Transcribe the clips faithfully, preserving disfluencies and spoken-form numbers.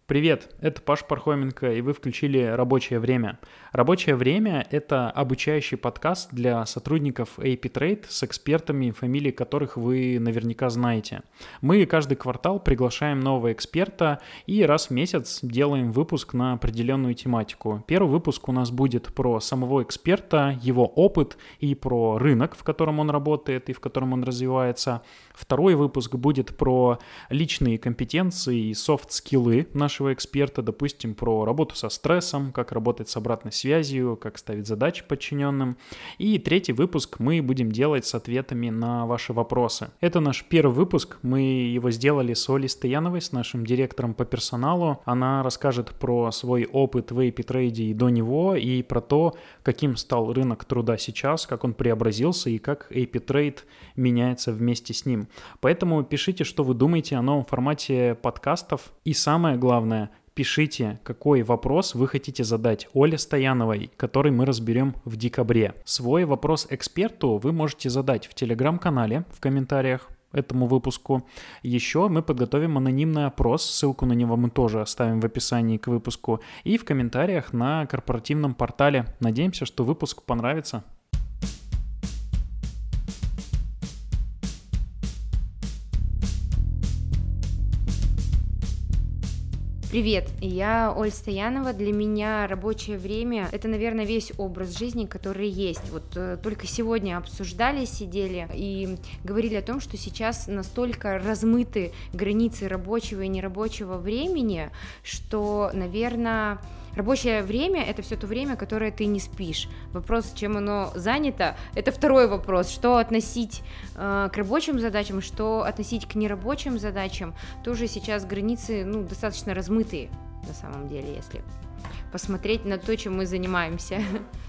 Привет, это Паша Пархоменко, и вы включили «Рабочее время». «Рабочее время» — это обучающий подкаст для сотрудников эй пи Trade с экспертами, фамилии которых вы наверняка знаете. Мы каждый квартал приглашаем нового эксперта и раз в месяц делаем выпуск на определенную тематику. Первый выпуск у нас будет про самого эксперта, его опыт и про рынок, в котором он работает и в котором он развивается. Второй выпуск будет про личные компетенции и софт-скиллы нашего эксперта, допустим, про работу со стрессом, как работать с обратной связью, как ставить задачи подчиненным. И третий выпуск мы будем делать с ответами на ваши вопросы. Это наш первый выпуск, мы его сделали с Олей Стояновой, с нашим директором по персоналу. Она расскажет про свой опыт в эй пи Trade и до него, и про то, каким стал рынок труда сейчас, как он преобразился и как эй пи Trade меняется вместе с ним. Поэтому пишите, что вы думаете о новом формате подкастов. И самое главное, пишите, какой вопрос вы хотите задать Оле Стояновой, который мы разберем в декабре. Свой вопрос эксперту вы можете задать в телеграм-канале в комментариях этому выпуску. Еще мы подготовим анонимный опрос, ссылку на него мы тоже оставим в описании к выпуску, и в комментариях на корпоративном портале. Надеемся, что выпуск понравится. Привет, я Оля Стоянова. Для меня рабочее время — это, наверное, весь образ жизни, который есть. Вот э, только сегодня обсуждали, сидели и говорили о том, что сейчас настолько размыты границы рабочего и нерабочего времени, что, наверное, рабочее время — это все то время, которое ты не спишь. Вопрос, чем оно занято, это второй вопрос. Что относить э, к рабочим задачам, что относить к нерабочим задачам. Тоже сейчас границы, ну, достаточно размытые, на самом деле, если посмотреть на то, чем мы занимаемся.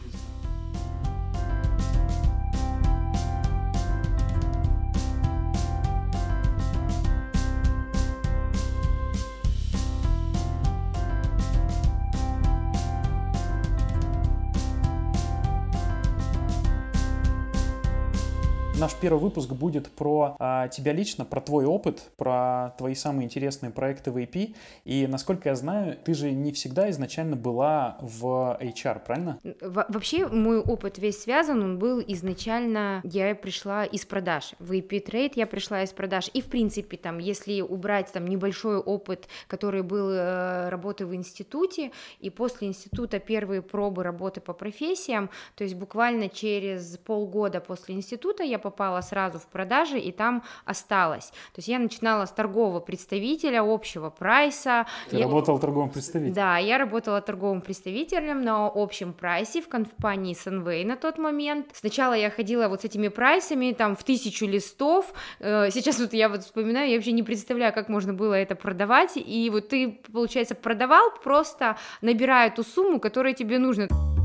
Наш первый выпуск будет про а, тебя лично, про твой опыт, про твои самые интересные проекты в эй пи. И, насколько я знаю, ты же не всегда изначально была в эйч ар, правильно? Во- вообще, мой опыт весь связан, он был изначально, я пришла из продаж. В эй пи Trade я пришла из продаж. И, в принципе, там, если убрать там небольшой опыт, который был э, работы в институте, и после института первые пробы работы по профессиям, то есть буквально через полгода после института я попала сразу в продажи и там осталась. То есть я начинала с торгового представителя, общего прайса. Ты я... работала торговым представителем? Да, я работала торговым представителем на общем прайсе в компании Sunway на тот момент. Сначала я ходила вот с этими прайсами, там, в тысячу листов. Сейчас вот я вот вспоминаю, я вообще не представляю, как можно было это продавать. И вот ты, получается, продавал, просто набирая ту сумму, которая тебе нужна.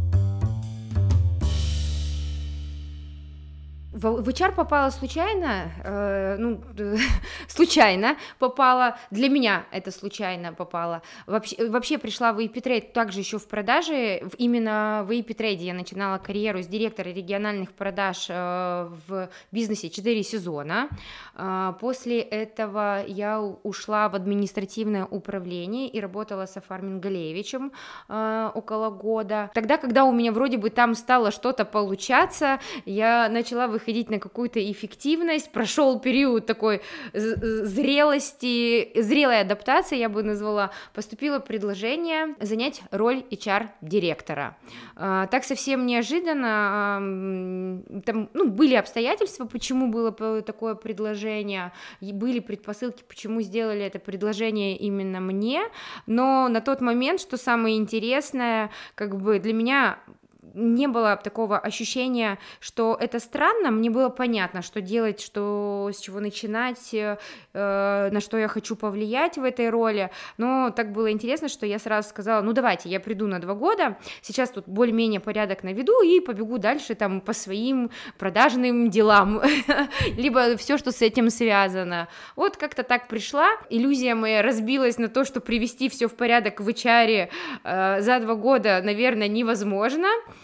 В эйч ар попала случайно, э, ну, случайно попала, для меня это случайно попало. Вообще, вообще пришла в эй пи Trade также еще в продаже, именно в эй пи Trade я начинала карьеру с директора региональных продаж э, в бизнесе четыре сезона. Э, после этого я ушла в административное управление и работала с Афаром Галеевичем э, около года. Тогда, когда у меня вроде бы там стало что-то получаться, я начала выходить ходить на какую-то эффективность, прошел период такой зрелости, зрелой адаптации, я бы назвала, поступило предложение занять роль эйч ар-директора. Так совсем неожиданно, там, ну, были обстоятельства, почему было такое предложение, были предпосылки, почему сделали это предложение именно мне, но на тот момент, что самое интересное, как бы для меня не было такого ощущения, что это странно, мне было понятно, что делать, что, с чего начинать, э, на что я хочу повлиять в этой роли, но так было интересно, что я сразу сказала, ну давайте, я приду на два года, сейчас тут более-менее порядок наведу и побегу дальше там по своим продажным делам, либо все, что с этим связано. Вот как-то так пришла, иллюзия моя разбилась на то, что привести все в порядок в эйч ар э, за два года, наверное, невозможно.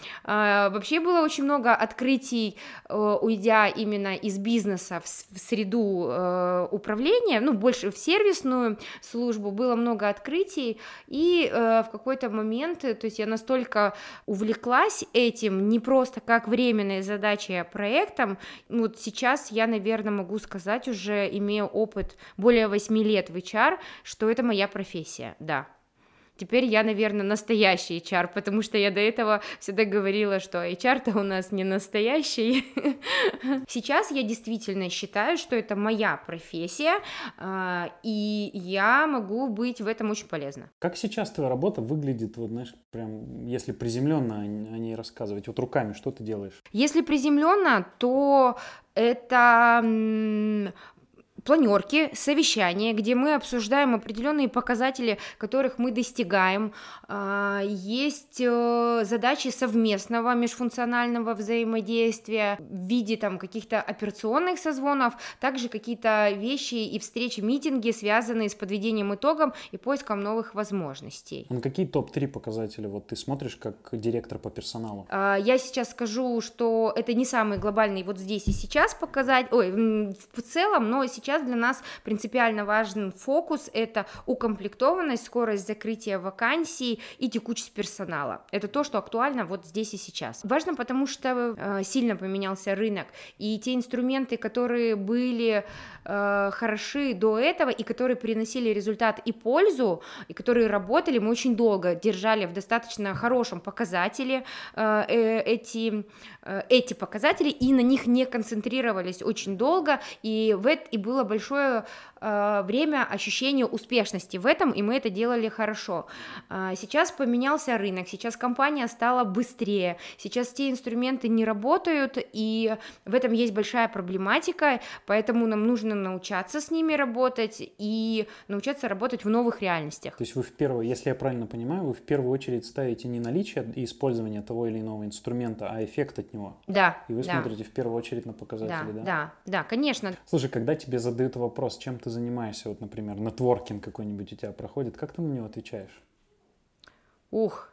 Вообще было очень много открытий, уйдя именно из бизнеса в среду управления, ну, больше в сервисную службу, было много открытий, и в какой-то момент, то есть я настолько увлеклась этим, не просто как временной задачей, а проектом, вот сейчас я, наверное, могу сказать, уже имея опыт более восьми лет в эйч ар, что это моя профессия, да. Теперь я, наверное, настоящий эйч ар, потому что я до этого всегда говорила, что эйч ар-то у нас не настоящий. Сейчас я действительно считаю, что это моя профессия, и я могу быть в этом очень полезна. Как сейчас твоя работа выглядит, вот, знаешь, прям, если приземленно о ней рассказывать, вот руками, что ты делаешь? Если приземленно, то это планерки, совещания, где мы обсуждаем определенные показатели, которых мы достигаем. Есть задачи совместного межфункционального взаимодействия в виде там каких-то операционных созвонов, также какие-то вещи и встречи, митинги, связанные с подведением итогов и поиском новых возможностей. А на какие топ три показатели вот ты смотришь как директор по персоналу? Я сейчас скажу, что это не самый глобальный вот здесь и сейчас показать, ой, в целом, но сейчас для нас принципиально важен фокус — это укомплектованность, скорость закрытия вакансий и текучесть персонала. Это то, что актуально вот здесь и сейчас. Важно, потому что э, сильно поменялся рынок, и те инструменты, которые были э, хороши до этого и которые приносили результат и пользу, и которые работали, мы очень долго держали в достаточно хорошем показателе э, э, эти, э, эти показатели, и на них не концентрировались очень долго, и в это и было большое э, время ощущения успешности в этом, и мы это делали хорошо. Э, сейчас поменялся рынок, сейчас компания стала быстрее, сейчас те инструменты не работают, и в этом есть большая проблематика, поэтому нам нужно научаться с ними работать и научаться работать в новых реальностях. То есть вы в первую, если я правильно понимаю, вы в первую очередь ставите не наличие и использование того или иного инструмента, а эффект от него. Да. И вы да. смотрите в первую очередь на показатели, да? Да, да, да, конечно. Слушай, когда тебе задают вопрос, чем ты занимаешься, вот, например, нетворкинг какой-нибудь у тебя проходит, как ты на него отвечаешь? Ух,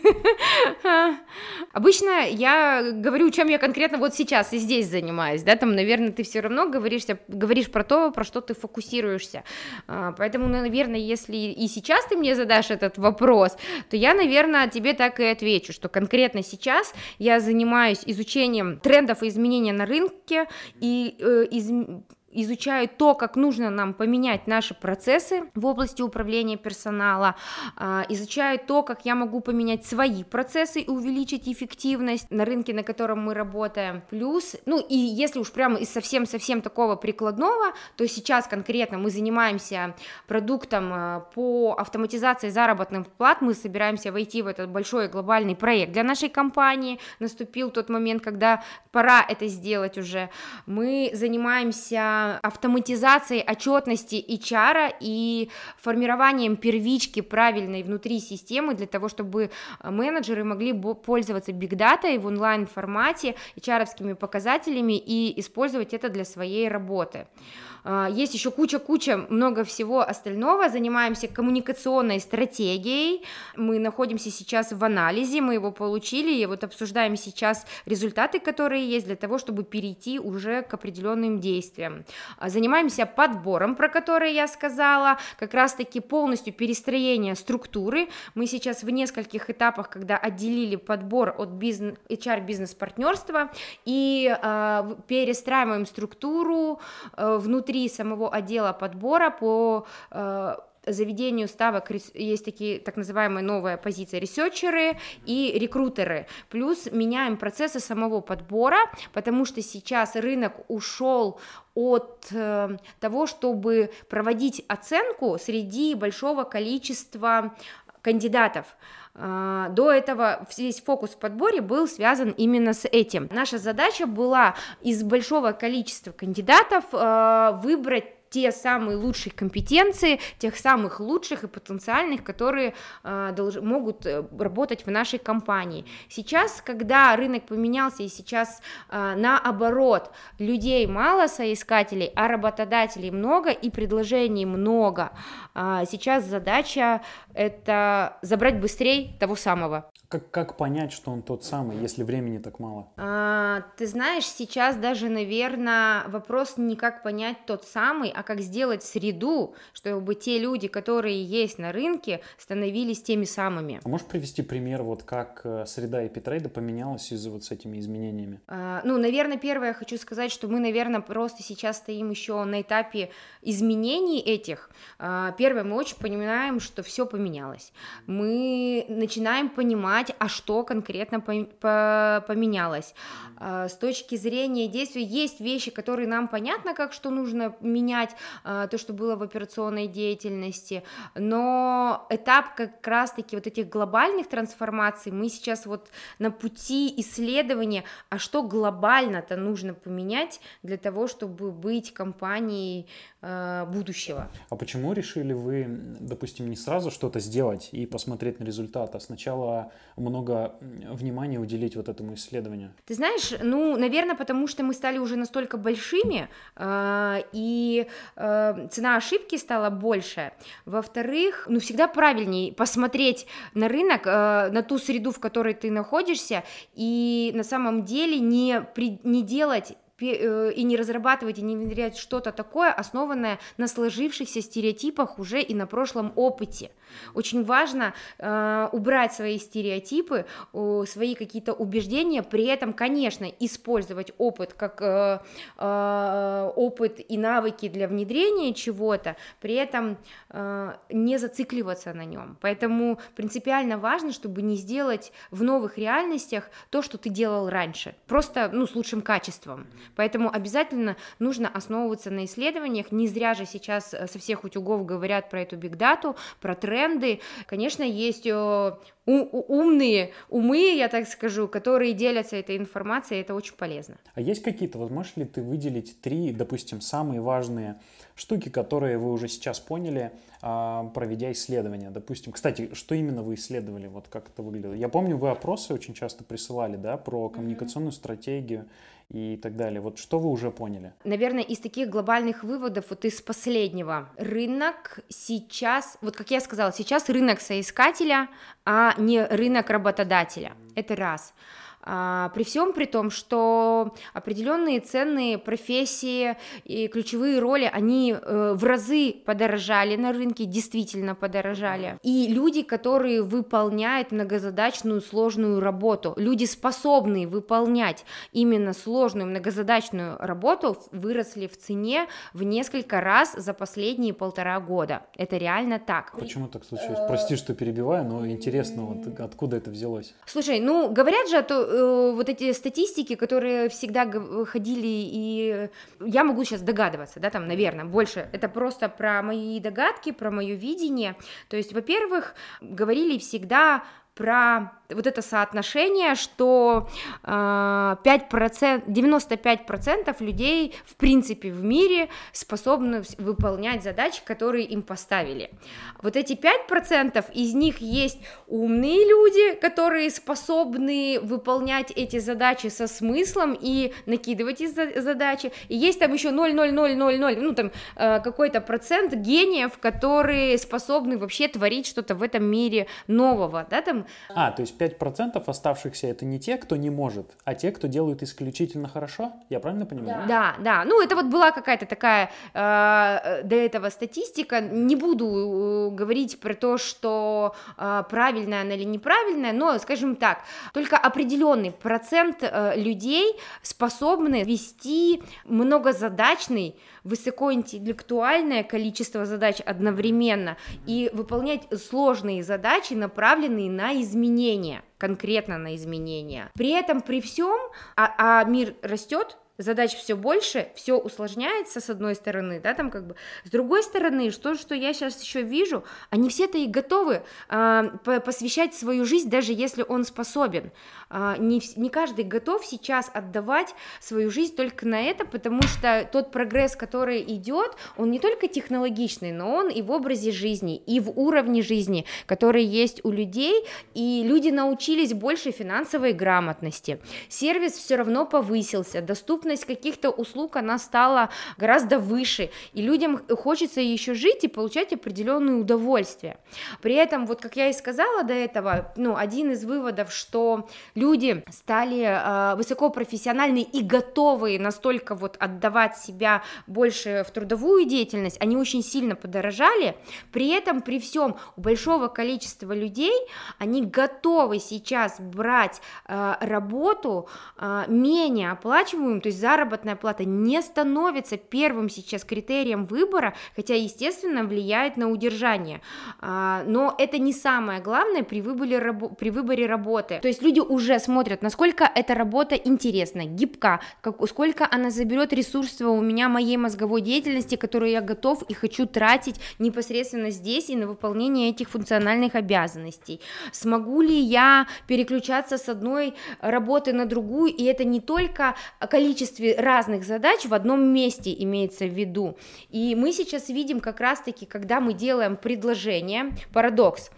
обычно я говорю, чем я конкретно вот сейчас и здесь занимаюсь, да, там, наверное, ты все равно говоришь, говоришь про то, про что ты фокусируешься, поэтому, наверное, если и сейчас ты мне задашь этот вопрос, то я, наверное, тебе так и отвечу, что конкретно сейчас я занимаюсь изучением трендов и изменений на рынке и э, из изучаю то, как нужно нам поменять наши процессы в области управления персонала, изучаю то, как я могу поменять свои процессы и увеличить эффективность на рынке, на котором мы работаем. Плюс, ну и если уж прямо из совсем-совсем такого прикладного, то сейчас конкретно мы занимаемся продуктом по автоматизации заработных плат, мы собираемся войти в этот большой глобальный проект для нашей компании, наступил тот момент, когда пора это сделать уже. Мы занимаемся автоматизацией отчетности эйч ар и формированием первички правильной внутри системы для того, чтобы менеджеры могли пользоваться бигдатой в онлайн-формате, эйч ар-овскими показателями и использовать это для своей работы. Есть еще куча-куча, много всего остального, занимаемся коммуникационной стратегией, мы находимся сейчас в анализе, мы его получили, и вот обсуждаем сейчас результаты, которые есть, для того, чтобы перейти уже к определенным действиям. Занимаемся подбором, про который я сказала, как раз-таки полностью перестроение структуры, мы сейчас в нескольких этапах, когда отделили подбор от бизнес, эйч ар-бизнес-партнерства и э, перестраиваем структуру э, внутри самого отдела подбора по э, заведению ставок. Есть такие так называемые новые позиции ресерчеры и рекрутеры, плюс меняем процессы самого подбора, потому что сейчас рынок ушел от э, того, чтобы проводить оценку среди большого количества кандидатов. До этого весь фокус в подборе был связан именно с этим. Наша задача была из большого количества кандидатов выбрать те самые лучшие компетенции, тех самых лучших и потенциальных, которые э, долж, могут работать в нашей компании. Сейчас, когда рынок поменялся, и сейчас э, наоборот, людей мало, соискателей, а работодателей много, и предложений много, э, сейчас задача — это забрать быстрее того самого. Как, как понять, что он тот самый, если времени так мало? А, ты знаешь, сейчас даже, наверное, вопрос не как понять тот самый, а как сделать среду, чтобы те люди, которые есть на рынке, становились теми самыми. А можешь привести пример, вот как среда эпитрейда поменялась из-за вот с этими изменениями? А, ну, наверное, первое я хочу сказать, что мы, наверное, просто сейчас стоим еще на этапе изменений этих. А, первое, мы очень понимаем, что все поменялось. Мы начинаем понимать, а что конкретно поменялось. С точки зрения действий есть вещи, которые нам понятно, как что нужно менять, то, что было в операционной деятельности, но этап как раз-таки вот этих глобальных трансформаций мы сейчас вот на пути исследования, а что глобально-то нужно поменять для того, чтобы быть компанией будущего. А почему решили вы, допустим, не сразу что-то сделать и посмотреть на результат, а сначала много внимания уделить вот этому исследованию? Ты знаешь, ну, наверное, потому что мы стали уже настолько большими, э, и э, цена ошибки стала больше. Во-вторых, ну, всегда правильнее посмотреть на рынок, э, на ту среду, в которой ты находишься, и на самом деле не, при, не делать и не разрабатывать, и не внедрять что-то такое, основанное на сложившихся стереотипах уже и на прошлом опыте. Очень важно э, убрать свои стереотипы, э, свои какие-то убеждения, при этом, конечно, использовать опыт как э, э, опыт и навыки для внедрения чего-то, при этом э, не зацикливаться на нем. Поэтому принципиально важно, чтобы не сделать в новых реальностях то, что ты делал раньше, просто, ну, с лучшим качеством. Поэтому обязательно нужно основываться на исследованиях. Не зря же сейчас со всех утюгов говорят про эту бигдату, про тренды. Конечно, есть умные умы, я так скажу, которые делятся этой информацией, это очень полезно. А есть какие-то, вот можешь ли ты выделить три, допустим, самые важные штуки, которые вы уже сейчас поняли, проведя исследования? Допустим, кстати, что именно вы исследовали, вот как это выглядело? Я помню, вы опросы очень часто присылали, да, про коммуникационную mm-hmm. стратегию и так далее. Вот что вы уже поняли? Наверное, из таких глобальных выводов, вот из последнего, рынок сейчас, вот как я сказала, сейчас рынок соискателя, а не рынок работодателя. Это раз. А, при всем при том, что определенные ценные профессии и ключевые роли, они э, в разы подорожали на рынке, действительно подорожали. И люди, которые выполняют многозадачную сложную работу, люди, способные выполнять именно сложную многозадачную работу, выросли в цене в несколько раз за последние полтора года. Это реально так. Почему так случилось? Прости, что перебиваю, но интересно, вот откуда это взялось? Слушай, ну говорят же, то вот эти статистики, которые всегда ходили, и я могу сейчас догадываться, да, там, наверное, больше, это просто про мои догадки, про мое видение, то есть, во-первых, говорили всегда про вот это соотношение, что э, пять процентов, девяносто пять процентов людей в принципе в мире способны выполнять задачи, которые им поставили. Вот эти пять процентов, из них есть умные люди, которые способны выполнять эти задачи со смыслом и накидывать эти задачи, и есть там еще ноль целых ноль ноль ноль ноль, ну там э, какой-то процент гениев, которые способны вообще творить что-то в этом мире нового, да, там. А, то есть пять процентов оставшихся это не те, кто не может, а те, кто делают исключительно хорошо? Я правильно понимаю? Да, да, да. Ну, это вот была какая-то такая э, до этого статистика. Не буду э, говорить про то, что э, правильная она или неправильная, но, скажем так, только определенный процент э, людей способны вести многозадачный, высокоинтеллектуальное количество задач одновременно и выполнять сложные задачи, направленные на изменения, конкретно на изменения. При этом, при всем, а, а мир растет, задач все больше, все усложняется, с одной стороны, да, там как бы, с другой стороны, что, что я сейчас еще вижу, они все-то и готовы э, посвящать свою жизнь, даже если он способен, э, не, не каждый готов сейчас отдавать свою жизнь только на это, потому что тот прогресс, который идет, он не только технологичный, но он и в образе жизни, и в уровне жизни, который есть у людей, и люди научились больше финансовой грамотности, сервис все равно повысился, доступность каких-то услуг, она стала гораздо выше, и людям хочется еще жить и получать определенное удовольствие. При этом, вот как я и сказала до этого, ну, один из выводов, что люди стали э, высокопрофессиональны и готовы настолько вот отдавать себя больше в трудовую деятельность, они очень сильно подорожали, при этом, при всем, у большого количества людей, они готовы сейчас брать э, работу э, менее оплачиваемую, то есть заработная плата не становится первым сейчас критерием выбора, хотя, естественно, влияет на удержание, а, но это не самое главное при выборе, рабо- при выборе работы, то есть люди уже смотрят, насколько эта работа интересна, гибка, как, сколько она заберет ресурсов у меня, моей мозговой деятельности, которую я готов и хочу тратить непосредственно здесь и на выполнение этих функциональных обязанностей, смогу ли я переключаться с одной работы на другую, и это не только количество разных задач в одном месте имеется в виду. И мы сейчас видим как раз-таки, когда мы делаем предложение, парадокс,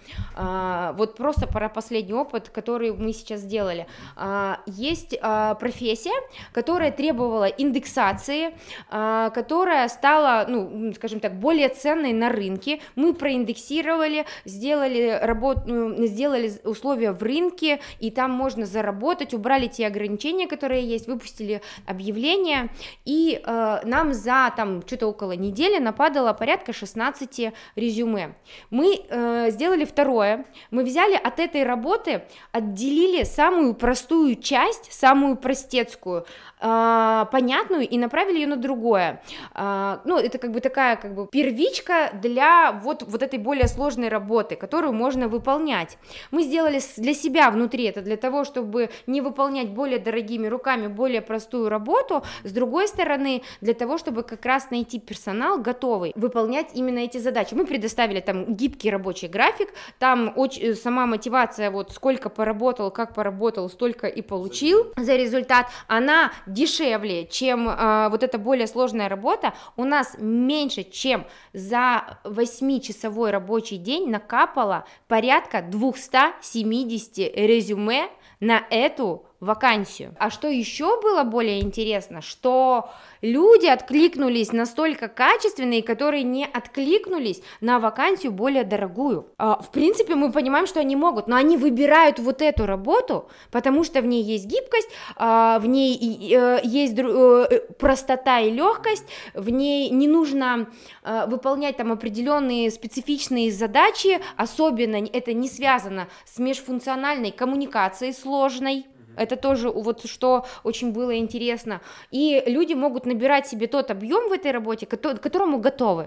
а, вот просто про последний опыт, который мы сейчас сделали, а, есть а, профессия, которая требовала индексации, а, которая стала, ну, скажем так, более ценной на рынке, мы проиндексировали, сделали, работ... сделали условия в рынке, и там можно заработать, убрали те ограничения, которые есть, выпустили объявление, и э, нам за там что-то около недели нападало порядка шестнадцать резюме. Мы э, сделали второе, мы взяли от этой работы, отделили самую простую часть, самую простецкую, э, понятную, и направили ее на другое. Э, ну, это как бы такая как бы первичка для вот, вот этой более сложной работы, которую можно выполнять. Мы сделали для себя внутри это, для того, чтобы не выполнять более дорогими руками более простую работу, с другой стороны, для того, чтобы как раз найти персонал готовый выполнять именно эти задачи. Мы предоставили там гибкий рабочий график, там очень, сама мотивация, вот сколько поработал, как поработал, столько и получил за результат, она дешевле, чем э, вот эта более сложная работа. У нас меньше, чем за восьмичасовой рабочий день накапало порядка двести семьдесят резюме на эту вакансию. А что еще было более интересно, что люди откликнулись настолько качественные, которые не откликнулись на вакансию более дорогую. В принципе, мы понимаем, что они могут, но они выбирают вот эту работу, потому что в ней есть гибкость, в ней есть простота и легкость, в ней не нужно выполнять там определенные специфичные задачи, особенно это не связано с межфункциональной коммуникацией сложной. Это тоже вот что очень было интересно. И люди могут набирать себе тот объем в этой работе, к которому готовы.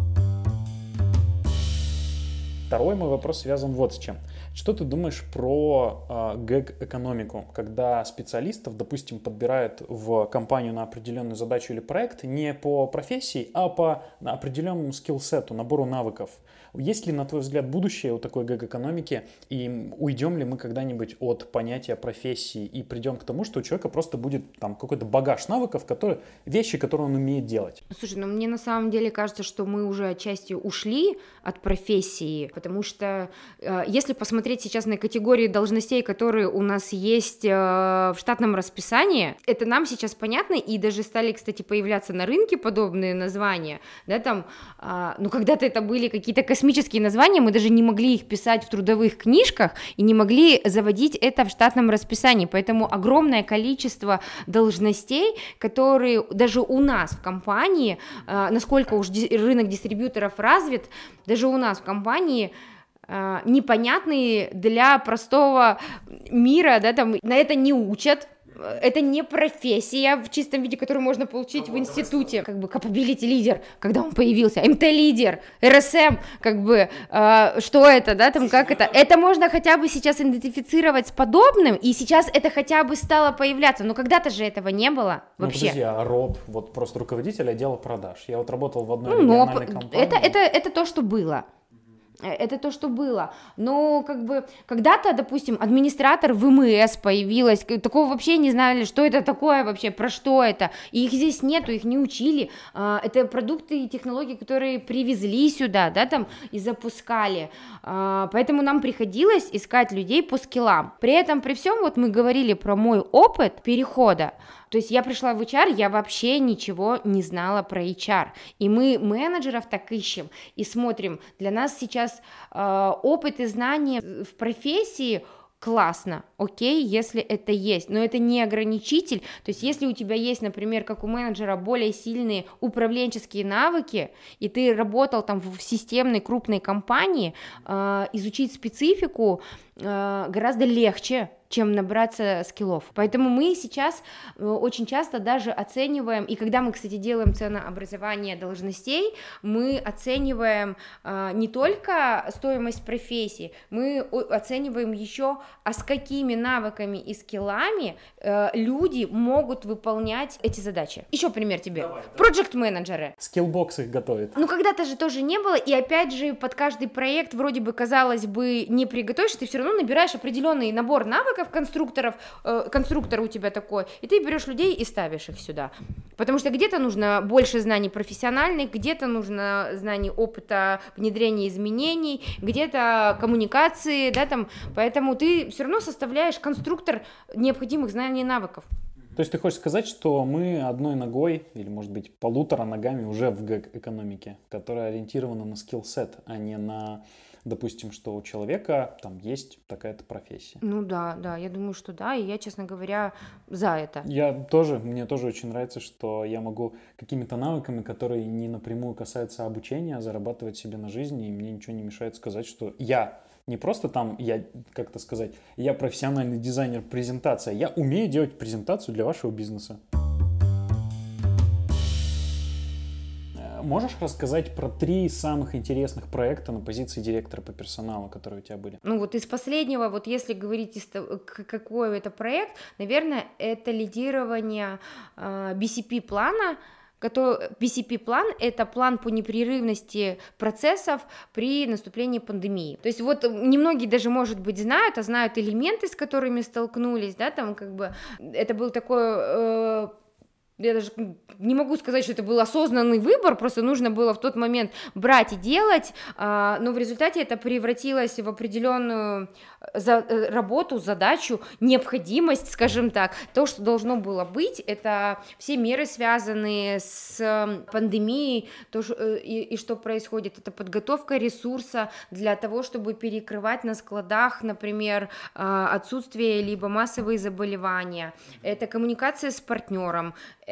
Второй мой вопрос связан вот с чем. Что ты думаешь про э, гэг-экономику, когда специалистов, допустим, подбирают в компанию на определенную задачу или проект не по профессии, а по определенному скиллсету, набору навыков? Есть ли, на твой взгляд, будущее у такой гэг-экономики, и уйдем ли мы когда-нибудь от понятия профессии и придем к тому, что у человека просто будет там какой-то багаж навыков, которые, вещи, которые он умеет делать? Слушай, ну мне на самом деле кажется, что мы уже отчасти ушли от профессии, потому что э, если посмотреть сейчас на категории должностей, которые у нас есть э, в штатном расписании, это нам сейчас понятно, и даже стали, кстати, появляться на рынке подобные названия, да, там, э, ну когда-то это были какие-то космические названия, мы даже не могли их писать в трудовых книжках и не могли заводить это в штатном расписании, поэтому огромное количество должностей, которые даже у нас в компании, э, насколько уж ди- рынок дистрибьюторов развит, даже у нас в компании э, непонятные для простого мира, да, там на это не учат, это не профессия в чистом виде, которую можно получить в институте. Как бы capability лидер, когда он появился, эм тэ лидер, эр эс эм, как бы, э, что это, да, там, как это. Это можно хотя бы сейчас идентифицировать с подобным, и сейчас это хотя бы стало появляться, но когда-то же этого не было вообще. Ну, подожди, а Роб, вот просто руководитель отдела продаж. Я вот работал в одной ну, региональной но компании. Это, это, это то, что было. Это то, что было. Но как бы когда-то, допустим, администратор вэ эм эс появилась, такого вообще не знали, что это такое вообще, про что это. И их здесь нету, их не учили. Это продукты и технологии, которые привезли сюда, да, там, и запускали. Поэтому нам приходилось искать людей по скиллам. При этом, при всем, вот мы говорили про мой опыт перехода. То есть я пришла в эйч ар, я вообще ничего не знала про эйч ар. И мы менеджеров так ищем и смотрим. Для нас сейчас э, опыт и знания в профессии классно, окей, если это есть, но это не ограничитель. То есть если у тебя есть, например, как у менеджера, более сильные управленческие навыки, и ты работал там в системной крупной компании, э, изучить специфику э, гораздо легче, чем набраться скиллов. Поэтому мы сейчас очень часто даже оцениваем, и когда мы, кстати, делаем ценообразование должностей, мы оцениваем э, не только стоимость профессии, мы оцениваем еще, а с какими навыками и скиллами э, люди могут выполнять эти задачи. Еще пример тебе. Проджект-менеджеры. Скиллбокс их готовит. Ну, когда-то же тоже не было, и опять же, под каждый проект вроде бы, казалось бы, не приготовишь, ты все равно набираешь определенный набор навыков, конструкторов, э, конструктор у тебя такой, и ты берешь людей и ставишь их сюда, потому что где-то нужно больше знаний профессиональных, где-то нужно знаний опыта внедрения изменений, где-то коммуникации, да, там, поэтому ты все равно составляешь конструктор необходимых знаний и навыков. То есть ты хочешь сказать, что мы одной ногой, или, может быть, полутора ногами уже в гэг-экономике, которая ориентирована на скилл-сет, а не на, допустим, что у человека там есть такая-то профессия. Ну да, да, я думаю, что да, и я, честно говоря, за это. Я тоже, мне тоже очень нравится, что я могу какими-то навыками, которые не напрямую касаются обучения, зарабатывать себе на жизнь, и мне ничего не мешает сказать, что я не просто там, я, как-то сказать, я профессиональный дизайнер презентации, я умею делать презентацию для вашего бизнеса. Можешь рассказать про три самых интересных проекта на позиции директора по персоналу, которые у тебя были? Ну вот из последнего, вот если говорить, из того, какой это проект, наверное, это лидирование э, би си пи-плана. би си пи-план – это план по непрерывности процессов при наступлении пандемии. То есть вот немногие даже, может быть, знают, а знают элементы, с которыми столкнулись, да, там как бы это был такой… Э, я даже не могу сказать, что это был осознанный выбор, просто нужно было в тот момент брать и делать, но в результате это превратилось в определенную работу, задачу, необходимость, скажем так. То, что должно было быть, это все меры, связанные с пандемией, то, и, и что происходит, это подготовка ресурса для того, чтобы перекрывать на складах, например, отсутствие либо массовые заболевания, это коммуникация с партнером,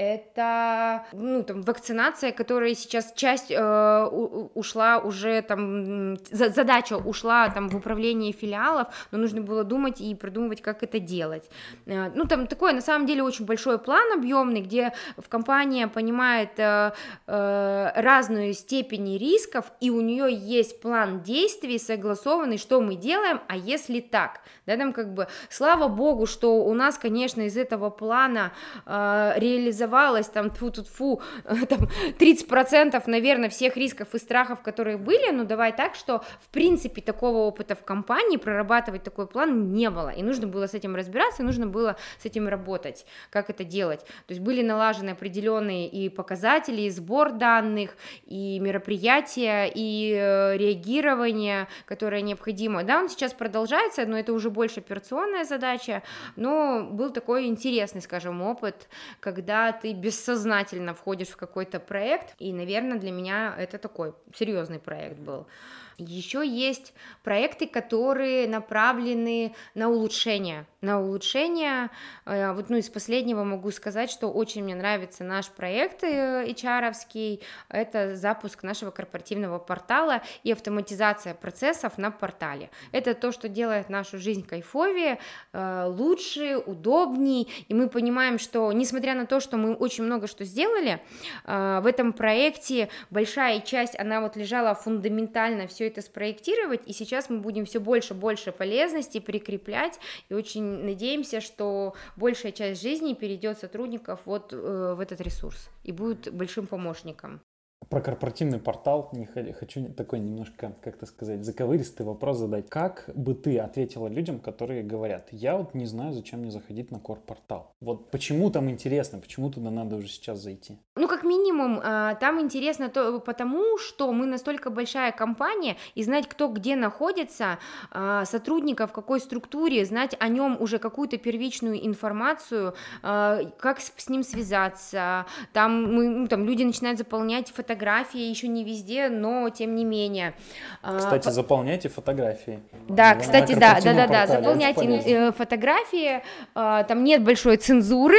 это, ну, там, вакцинация, которая сейчас часть э, ушла уже, там, задача ушла, там, в управлении филиалов, но нужно было думать и придумывать, как это делать. Э, ну, там, такой, на самом деле, очень большой план объемный, где в компания понимает э, э, разную степень рисков, и у нее есть план действий согласованный, что мы делаем, а если так, да, там, как бы, слава богу, что у нас, конечно, из этого плана э, реализовать там, тьфу-тьфу, там, тридцать процентов, наверное, всех рисков и страхов, которые были, но давай так, что, в принципе, такого опыта в компании, прорабатывать такой план не было, и нужно было с этим разбираться, и нужно было с этим работать, как это делать, то есть были налажены определенные и показатели, и сбор данных, и мероприятия, и э, реагирование, которое необходимо, да, он сейчас продолжается, но это уже больше операционная задача, но был такой интересный, скажем, опыт, когда ты бессознательно входишь в какой-то проект, и, наверное, для меня это такой серьезный проект был. Еще есть проекты, которые направлены на улучшение. На улучшение. Вот, ну, из последнего могу сказать, что очень мне нравится наш проект эйч ар-овский. Это запуск нашего корпоративного портала и автоматизация процессов на портале. Это то, что делает нашу жизнь кайфовее, лучше, удобней. И мы понимаем, что, несмотря на то, что мы очень много что сделали, в этом проекте большая часть, она вот лежала фундаментально все это спроектировать, и сейчас мы будем все больше и больше полезностей прикреплять, и очень надеемся, что большая часть жизни перейдет сотрудников вот э, в этот ресурс и будет большим помощником. Про корпоративный портал не хочу такой немножко, как-то сказать, заковыристый вопрос задать. Как бы ты ответила людям, которые говорят: я вот не знаю, зачем мне заходить на корпортал? Вот почему там интересно, почему туда надо уже сейчас зайти? Ну, как минимум, там интересно то, потому, что мы настолько большая компания, и знать, кто где находится, сотрудников в какой структуре, знать о нем уже какую-то первичную информацию, как с ним связаться. Там, мы, ну, там люди начинают заполнять фотографии, еще не везде, но тем не менее. Кстати, По... заполняйте фотографии. Да, на, кстати, на да, да, да, да, заполняйте фотографии. Там нет большой цензуры,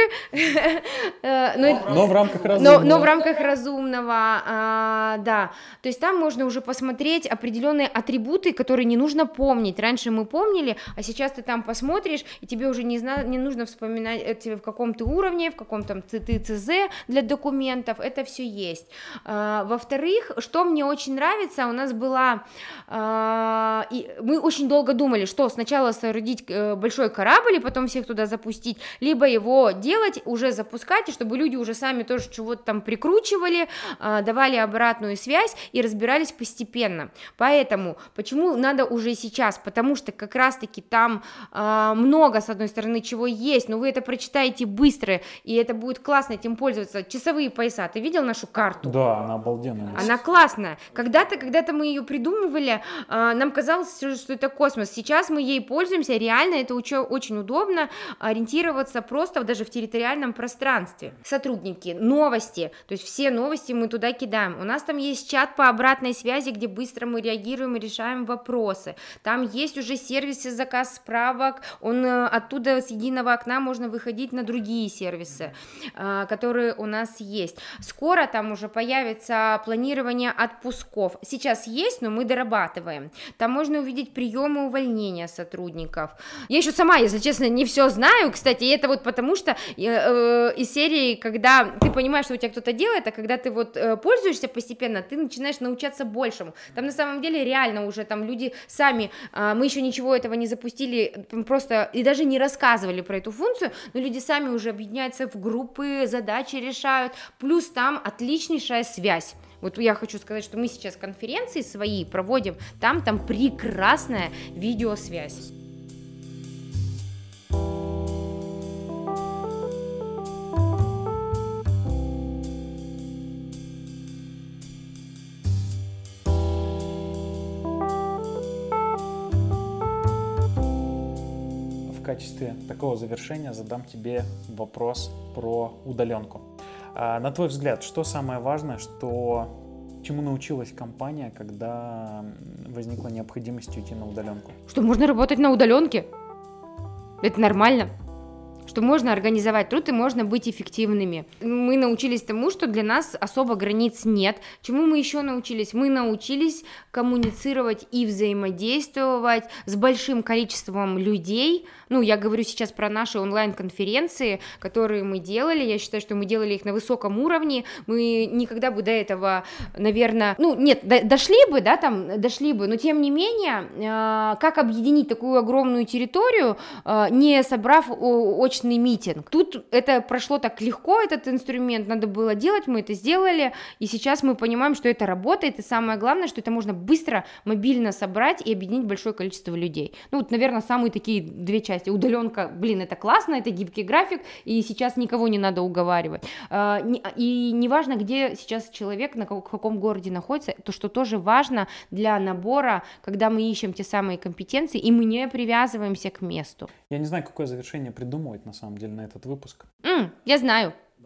но, но в рамках разумного. Но, но в рамках разумного, а, да. То есть там можно уже посмотреть определенные атрибуты, которые не нужно помнить. Раньше мы помнили, а сейчас ты там посмотришь, и тебе уже не, зна- не нужно вспоминать, в каком ты уровне, в каком там ты ЦЗ для документов, это все есть. А, во-вторых, что мне очень нравится, у нас была, а, и мы очень долго думали, что сначала соорудить большой корабль и потом всех туда запустить, либо его делать, уже запускать, и чтобы люди уже сами тоже чего-то там прикручивали, давали обратную связь и разбирались постепенно. Поэтому, почему надо уже сейчас? Потому что как раз-таки там много, с одной стороны, чего есть, но вы это прочитаете быстро, и это будет классно этим пользоваться. Часовые пояса, ты видел нашу карту? Да, она обалденная. Она классная. Когда-то, когда-то мы ее придумывали, нам казалось, что это космос. Сейчас мы ей пользуемся, реально это очень удобно ориентироваться просто даже в территориальном пространстве. Сотрудники, новости, то есть все новости мы туда кидаем. У нас там есть чат по обратной связи, где быстро мы реагируем и решаем вопросы. Там есть уже сервисы заказ справок, он оттуда с единого окна можно выходить на другие сервисы, которые у нас есть. Скоро там уже появится планирование отпусков. Сейчас есть, но мы дорабатываем. Там можно увидеть приемы увольнения сотрудников. Я еще сама, если честно, не все знаю, кстати, и это вот потому что э, э, из серии, когда ты понимаешь, что у тебя кто-то делает, а когда ты вот э, пользуешься постепенно, ты начинаешь научаться большему. Там на самом деле реально уже там люди сами, э, мы еще ничего этого не запустили, просто и даже не рассказывали про эту функцию, но люди сами уже объединяются в группы, задачи решают, плюс там отличнейшая связь. Вот я хочу сказать, что мы сейчас конференции свои проводим, там, там прекрасная видеосвязь. В качестве такого завершения задам тебе вопрос про удаленку. А, на твой взгляд, что самое важное, что, чему научилась компания, когда возникла необходимость уйти на удаленку? Что можно работать на удаленке. Это нормально. Что можно организовать труд и можно быть эффективными. Мы научились тому, что для нас особо границ нет. Чему мы еще научились? Мы научились коммуницировать и взаимодействовать с большим количеством людей. Ну, я говорю сейчас про наши онлайн-конференции, которые мы делали. Я считаю, что мы делали их на высоком уровне. Мы никогда бы до этого, наверное, ну, нет, до, дошли бы, да, там, дошли бы, но тем не менее, э, как объединить такую огромную территорию, э, не собрав очень митинг. Тут это прошло так легко, этот инструмент надо было делать, мы это сделали, и сейчас мы понимаем, что это работает, и самое главное, что это можно быстро, мобильно собрать и объединить большое количество людей. Ну вот, наверное, самые такие две части. Удаленка, блин, это классно, это гибкий график, и сейчас никого не надо уговаривать. И неважно, где сейчас человек, на каком городе находится, то, что тоже важно для набора, когда мы ищем те самые компетенции, и мы не привязываемся к месту. Я не знаю, какое завершение придумывать, на самом деле, на этот выпуск. Mm, я знаю. Давай.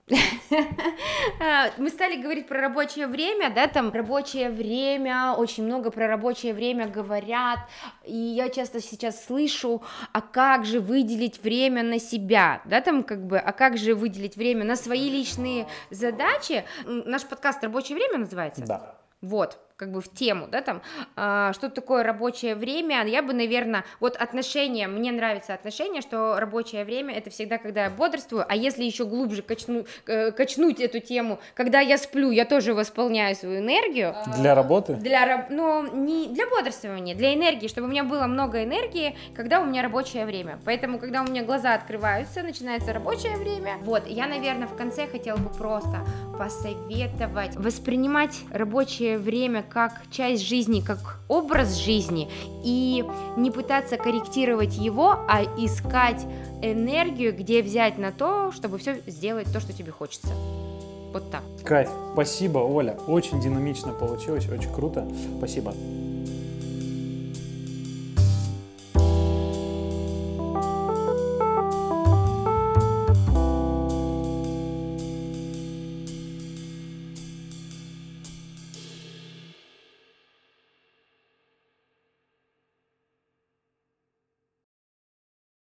Мы стали говорить про рабочее время, да, там рабочее время, очень много про рабочее время говорят, и я часто сейчас слышу, а как же выделить время на себя, да, там как бы, а как же выделить время на свои личные задачи. Наш подкаст «Рабочее время» называется? Да. Вот, как бы в тему, да, там, э, что такое рабочее время, я бы, наверное, вот отношения, мне нравится отношение, что рабочее время — это всегда, когда я бодрствую, а если еще глубже качну, э, качнуть эту тему, когда я сплю, я тоже восполняю свою энергию. Для работы? Для, ну, не для бодрствования, для энергии, чтобы у меня было много энергии, когда у меня рабочее время, поэтому, когда у меня глаза открываются, начинается рабочее время, вот, я, наверное, в конце хотела бы просто посоветовать воспринимать рабочее время как часть жизни, как образ жизни, и не пытаться корректировать его, а искать энергию, где взять на то, чтобы все сделать то, что тебе хочется. Вот так. Кайф. Спасибо, Оля. Очень динамично получилось, очень круто. Спасибо.